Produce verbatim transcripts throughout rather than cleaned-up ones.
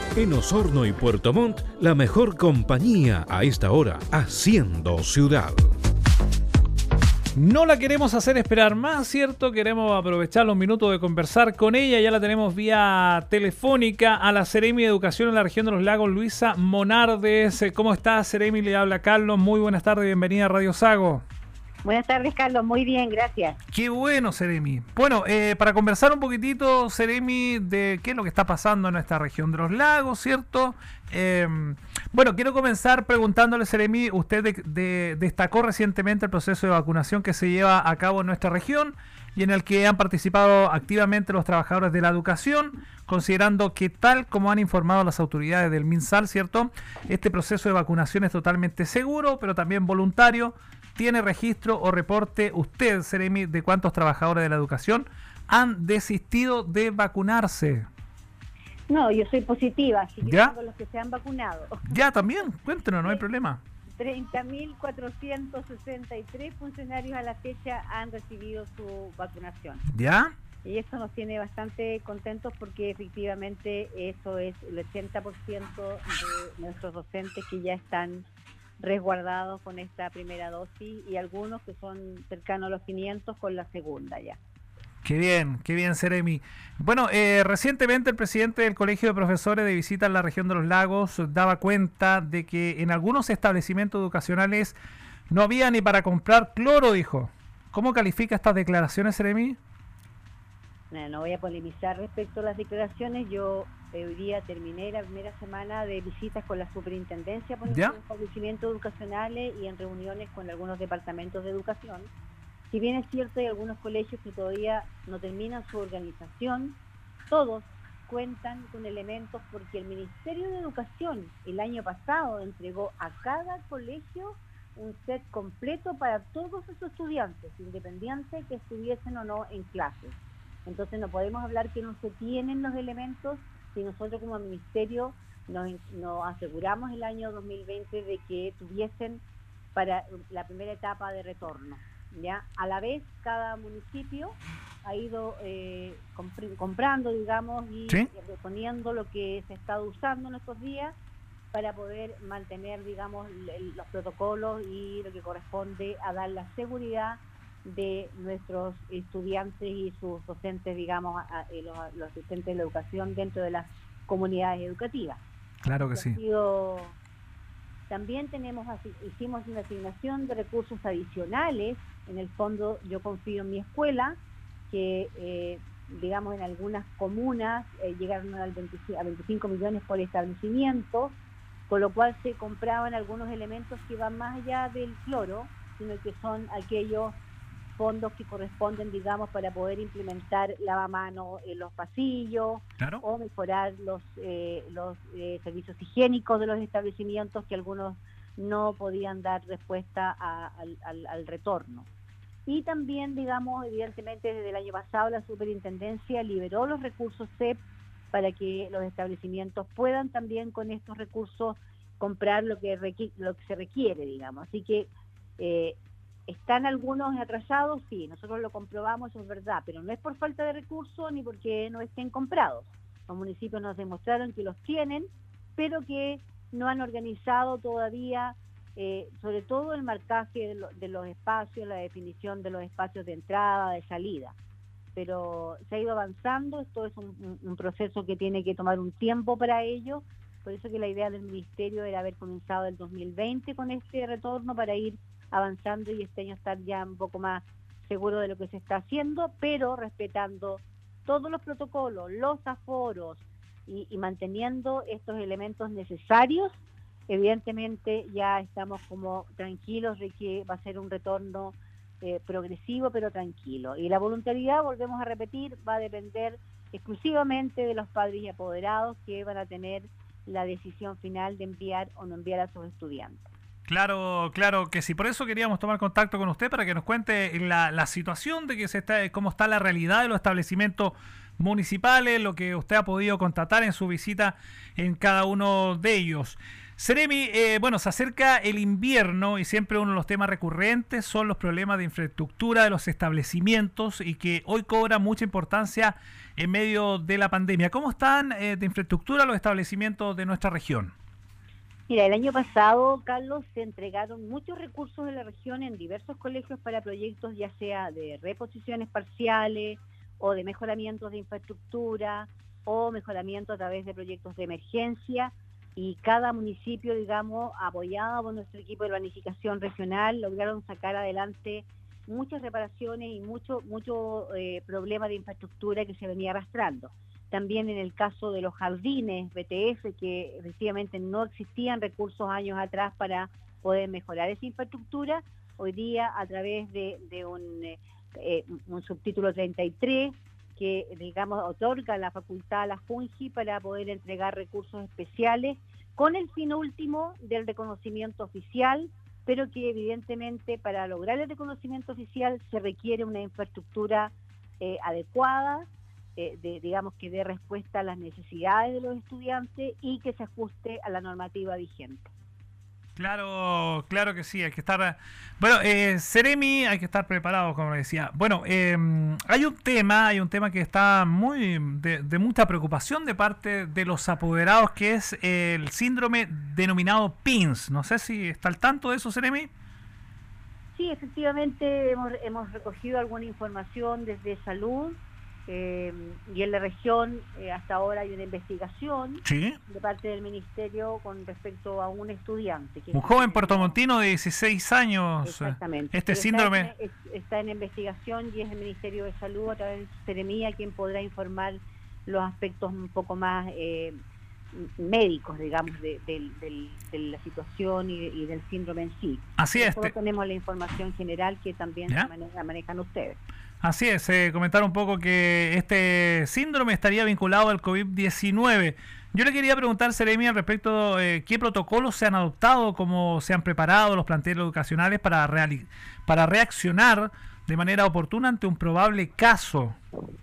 En Osorno y Puerto Montt, la mejor compañía a esta hora, haciendo ciudad. No la queremos hacer esperar más, ¿cierto? Queremos aprovechar los minutos de conversar con ella. Ya la tenemos vía telefónica a la Seremi de Educación en la región de los Lagos, Luisa Monardes. ¿Cómo está, Seremi? Le habla Carlos. Muy buenas tardes, bienvenida a Radio Sago. Buenas tardes, Carlos. Muy bien, gracias. Qué bueno, Seremi. Bueno, eh, para conversar un poquitito, Seremi, de qué es lo que está pasando en nuestra región de los lagos, ¿cierto? Eh, bueno, quiero comenzar preguntándole, Seremi, usted de, de, destacó recientemente el proceso de vacunación que se lleva a cabo en nuestra región y en el que han participado activamente los trabajadores de la educación, considerando que, tal como han informado las autoridades del MinSal, ¿cierto?, este proceso de vacunación es totalmente seguro, pero también voluntario. ¿Tiene registro o reporte usted, Seremi, de cuántos trabajadores de la educación han desistido de vacunarse? No, yo soy positiva, así que ¿Ya? tengo los que se han vacunado. Ya, también, cuéntenos, no hay problema. treinta mil cuatrocientos sesenta y tres funcionarios a la fecha han recibido su vacunación. ¿Ya? Y eso nos tiene bastante contentos porque efectivamente eso es el ochenta por ciento de nuestros docentes que ya están resguardados con esta primera dosis y algunos que son cercanos a los quinientos con la segunda ya. Qué bien, qué bien, Seremi. Bueno, eh, recientemente el presidente del Colegio de Profesores de visita en la región de los lagos daba cuenta de que en algunos establecimientos educacionales no había ni para comprar cloro, dijo. ¿Cómo califica estas declaraciones, Seremi? No, no voy a polemizar respecto a las declaraciones. Yo eh, hoy día terminé la primera semana de visitas con la superintendencia por los establecimientos educacionales y en reuniones con algunos departamentos de educación. Si bien es cierto, hay algunos colegios que todavía no terminan su organización, todos cuentan con elementos porque el Ministerio de Educación el año pasado entregó a cada colegio un set completo para todos sus estudiantes, independiente que estuviesen o no en clases. Entonces no podemos hablar que no se tienen los elementos si nosotros como ministerio nos, nos aseguramos el año dos mil veinte de que tuviesen para la primera etapa de retorno. ¿Ya? A la vez, cada municipio ha ido eh, comp- comprando, digamos, y ¿Sí? reponiendo lo que se ha estado usando en estos días para poder mantener, digamos, el, los protocolos y lo que corresponde a dar la seguridad de nuestros estudiantes y sus docentes, digamos, a, a, los, los asistentes de la educación dentro de las comunidades educativas. Claro que sí. Sido, también tenemos hicimos una asignación de recursos adicionales. En el fondo, yo confío en mi escuela, que, eh, digamos, en algunas comunas eh, llegaron al veinticinco, a veinticinco millones por establecimiento, con lo cual se compraban algunos elementos que van más allá del cloro, sino que son aquellos fondos que corresponden, digamos, para poder implementar lavamanos en los pasillos, claro, o mejorar los, eh, los eh, servicios higiénicos de los establecimientos que algunos no podían dar respuesta a, al, al, al retorno. Y también, digamos, evidentemente desde el año pasado la superintendencia liberó los recursos C E P para que los establecimientos puedan también con estos recursos comprar lo que, requ- lo que se requiere, digamos. Así que eh, ¿están algunos atrasados? Sí, nosotros lo comprobamos, eso es verdad, pero no es por falta de recursos ni porque no estén comprados. Los municipios nos demostraron que los tienen, pero que no han organizado todavía, eh, sobre todo el marcaje de, lo, de los espacios, la definición de los espacios de entrada, de salida. Pero se ha ido avanzando, esto es un, un proceso que tiene que tomar un tiempo para ello, por eso que la idea del Ministerio era haber comenzado el dos mil veinte con este retorno para ir avanzando y este año estar ya un poco más seguro de lo que se está haciendo, pero respetando todos los protocolos, los aforos y, y manteniendo estos elementos necesarios. Evidentemente ya estamos como tranquilos de que va a ser un retorno eh, progresivo pero tranquilo, y la voluntariedad, volvemos a repetir, va a depender exclusivamente de los padres y apoderados, que van a tener la decisión final de enviar o no enviar a sus estudiantes. Claro, claro que sí. Por eso queríamos tomar contacto con usted para que nos cuente la, la situación de que se está, cómo está la realidad de los establecimientos municipales, lo que usted ha podido constatar en su visita en cada uno de ellos. Seremi, eh, bueno, se acerca el invierno y siempre uno de los temas recurrentes son los problemas de infraestructura de los establecimientos y que hoy cobra mucha importancia en medio de la pandemia. ¿Cómo están eh, de infraestructura los establecimientos de nuestra región? Mira, el año pasado, Carlos, se entregaron muchos recursos de la región en diversos colegios para proyectos ya sea de reposiciones parciales o de mejoramientos de infraestructura o mejoramiento a través de proyectos de emergencia. Y cada municipio, digamos, apoyado por nuestro equipo de planificación regional, lograron sacar adelante muchas reparaciones y mucho mucho eh, problema de infraestructura que se venía arrastrando. También en el caso de los jardines B T F, que efectivamente no existían recursos años atrás para poder mejorar esa infraestructura, hoy día a través de, de un, eh, un subtítulo treinta y tres, que digamos otorga la facultad a la Fungi para poder entregar recursos especiales con el fin último del reconocimiento oficial, pero que evidentemente para lograr el reconocimiento oficial se requiere una infraestructura eh, adecuada, eh, de, digamos que dé respuesta a las necesidades de los estudiantes y que se ajuste a la normativa vigente. Claro, claro que sí, hay que estar... Bueno, eh, Seremi, hay que estar preparado, como decía. Bueno, eh, hay un tema, hay un tema que está muy de, de mucha preocupación de parte de los apoderados, que es el síndrome denominado P I N S. No sé si está al tanto de eso, Seremi. Sí, efectivamente hemos, hemos recogido alguna información desde salud. Eh, y en la región eh, hasta ahora hay una investigación ¿Sí? de parte del ministerio con respecto a un estudiante. Que un joven puertomontino de dieciséis años. Exactamente. Este Pero síndrome... Está en, está en investigación y es el Ministerio de Salud a través de Seremía quien podrá informar los aspectos un poco más eh, médicos, digamos, de, de, de, de la situación y, y del síndrome en sí. Así es. Nosotros tenemos la información general que también ¿Ya? se maneja, manejan ustedes. Así es, eh, comentar un poco que este síndrome estaría vinculado al COVID diecinueve. Yo le quería preguntar, Seremi, al respecto, eh, ¿qué protocolos se han adoptado, cómo se han preparado los planteles educacionales para, reali- para reaccionar de manera oportuna ante un probable caso?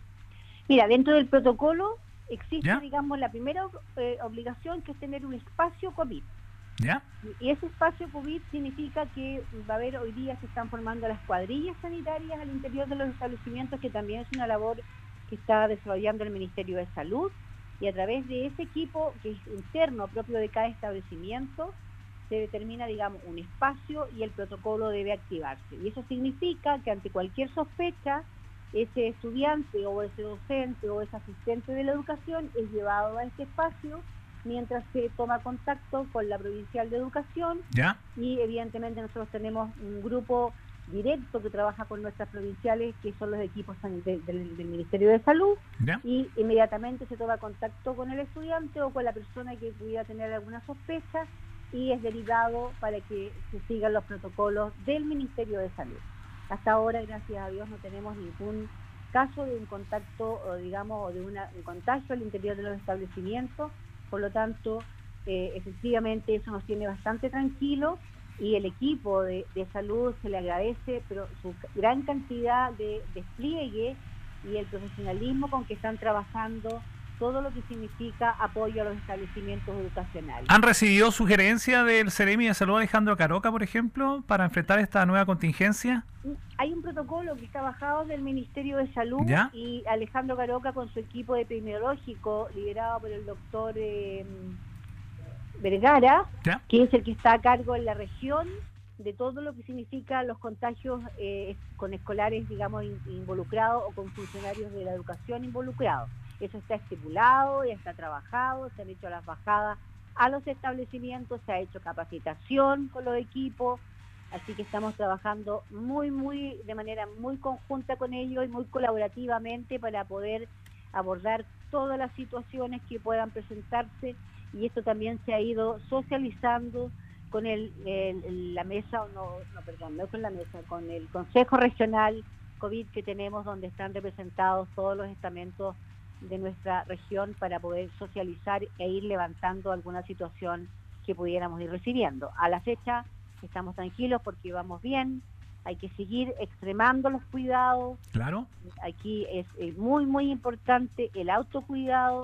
Mira, dentro del protocolo existe, ¿Ya? digamos, la primera eh, obligación, que es tener un espacio COVID. ¿Ya? Y ese espacio COVID significa que va a haber, hoy día se están formando las cuadrillas sanitarias al interior de los establecimientos, que también es una labor que está desarrollando el Ministerio de Salud, y a través de ese equipo que es interno propio de cada establecimiento se determina, digamos, un espacio y el protocolo debe activarse. Y eso significa que ante cualquier sospecha, ese estudiante o ese docente o ese asistente de la educación es llevado a este espacio mientras se toma contacto con la Provincial de Educación. ¿Ya? Y evidentemente nosotros tenemos un grupo directo que trabaja con nuestras provinciales, que son los equipos de, de, del Ministerio de Salud, ¿Ya? y inmediatamente se toma contacto con el estudiante o con la persona que pudiera tener alguna sospecha y es derivado para que se sigan los protocolos del Ministerio de Salud. Hasta ahora, gracias a Dios, no tenemos ningún caso de un contacto, o digamos, o de una, un contagio al interior de los establecimientos. Por lo tanto, eh, efectivamente eso nos tiene bastante tranquilos y el equipo de, de salud se le agradece, pero su gran cantidad de despliegue y el profesionalismo con que están trabajando, todo lo que significa apoyo a los establecimientos educacionales. ¿Han recibido sugerencia del Seremi de Salud Alejandro Caroca, por ejemplo, para enfrentar esta nueva contingencia? Hay un protocolo que está bajado del Ministerio de Salud. ¿Ya? Y Alejandro Caroca con su equipo epidemiológico liderado por el doctor eh, Vergara, ¿Ya? que es el que está a cargo en la región de todo lo que significa los contagios eh, con escolares, digamos, in, involucrados o con funcionarios de la educación involucrados. Eso está estipulado, ya está trabajado, se han hecho las bajadas a los establecimientos, se ha hecho capacitación con los equipos, así que estamos trabajando muy, muy, de manera muy conjunta con ellos y muy colaborativamente para poder abordar todas las situaciones que puedan presentarse, y esto también se ha ido socializando con el, el la mesa, o no, no, perdón, no con la mesa, con el Consejo Regional COVID que tenemos, donde están representados todos los estamentos de nuestra región para poder socializar e ir levantando alguna situación que pudiéramos ir recibiendo. A la fecha estamos tranquilos porque vamos bien, hay que seguir extremando los cuidados. Claro. Aquí es, es muy, muy importante el autocuidado,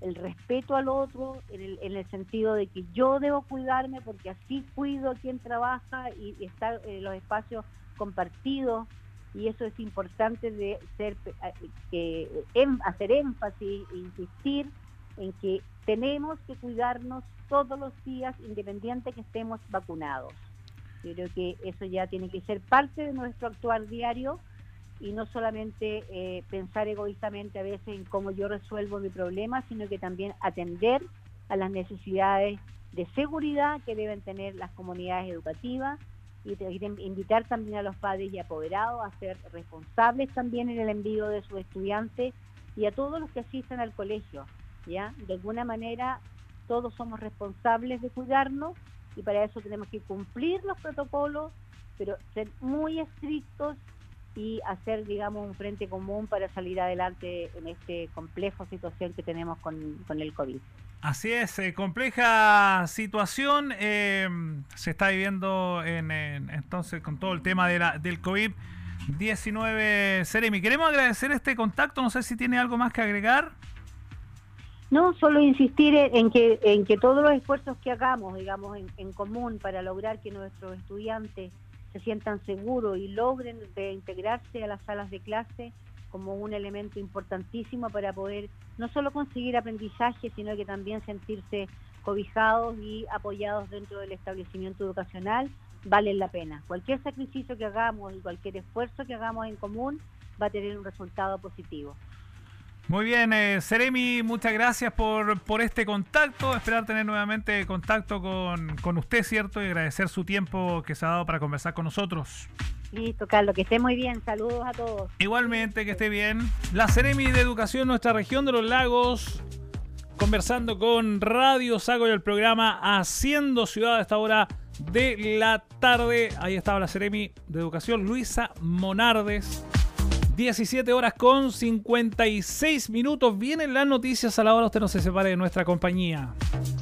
el respeto al otro, en el, en el sentido de que yo debo cuidarme porque así cuido a quien trabaja y, y estar en los espacios compartidos, y eso es importante de ser, eh, em, hacer énfasis e insistir en que tenemos que cuidarnos todos los días, independiente que estemos vacunados. Yo creo que eso ya tiene que ser parte de nuestro actuar diario, y no solamente eh, pensar egoístamente a veces en cómo yo resuelvo mi problema, sino que también atender a las necesidades de seguridad que deben tener las comunidades educativas, y invitar también a los padres y apoderados a ser responsables también en el envío de sus estudiantes y a todos los que asisten al colegio, ¿ya? De alguna manera todos somos responsables de cuidarnos, y para eso tenemos que cumplir los protocolos, pero ser muy estrictos y hacer, digamos, un frente común para salir adelante en este complejo situación que tenemos con, con el COVID. Así es, eh, compleja situación eh, se está viviendo en, en, entonces con todo el tema de la, del COVID diecinueve. Seremi, queremos agradecer este contacto, no sé si tiene algo más que agregar. No, solo insistir en que en que todos los esfuerzos que hagamos, digamos, en, en común para lograr que nuestros estudiantes se sientan seguros y logren reintegrarse a las salas de clase como un elemento importantísimo para poder no solo conseguir aprendizaje, sino que también sentirse cobijados y apoyados dentro del establecimiento educacional, valen la pena. Cualquier sacrificio que hagamos y cualquier esfuerzo que hagamos en común va a tener un resultado positivo. Muy bien, eh, Seremi, muchas gracias por, por este contacto. Esperar tener nuevamente contacto con, con usted, ¿cierto? Y agradecer su tiempo que se ha dado para conversar con nosotros. Listo, Carlos, que esté muy bien. Saludos a todos. Igualmente, que esté bien. La Seremi de Educación, nuestra región de los lagos, conversando con Radio Sago y el programa Haciendo Ciudad a esta hora de la tarde. Ahí estaba la Seremi de Educación, Luisa Monardes. diecisiete horas con cincuenta y seis minutos. Vienen las noticias a la hora. Usted no se separe de nuestra compañía.